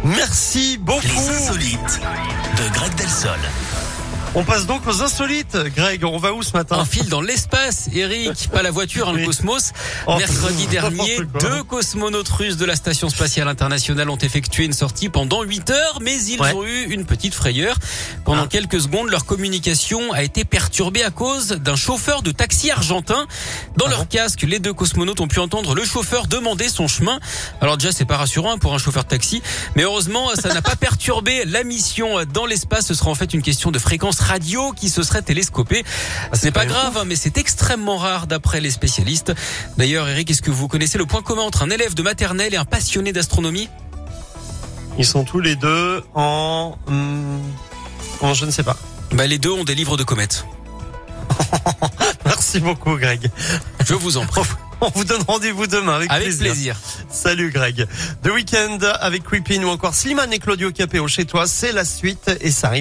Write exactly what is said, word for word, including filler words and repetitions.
Merci beaucoup. Les insolites de Greg Delsol. On passe donc aux insolites. Greg, on va où ce matin? Un fil dans l'espace, Eric. Pas la voiture, hein, le Oui. cosmos. Oh, Mercredi dernier, n'importe quoi. deux cosmonautes russes de la Station Spatiale Internationale ont effectué une sortie pendant huit heures, mais ils Ouais. ont eu une petite frayeur. Pendant Ah. quelques secondes, leur communication a été perturbée à cause d'un chauffeur de taxi argentin. Dans Ah leur bon casque, les deux cosmonautes ont pu entendre le chauffeur demander son chemin. Alors déjà, c'est pas rassurant pour un chauffeur de taxi, mais heureusement, ça n'a pas perturbé la mission dans l'espace. Ce sera en fait une question de fréquence radio qui se serait télescopée. Ah, Ce n'est pas pas grave, hein, mais c'est extrêmement rare d'après les spécialistes. D'ailleurs, Eric, est-ce que vous connaissez le point commun entre un élève de maternelle et un passionné d'astronomie? Ils sont tous les deux en, hum, en je ne sais pas. Bah, les deux ont des livres de comètes. Merci beaucoup, Greg. Je vous en prie. On vous donne rendez-vous demain avec, Avec plaisir. plaisir. Salut, Greg. The Weeknd avec Creepin ou encore Slimane et Claudio Capéo chez toi, c'est la suite et ça arrive.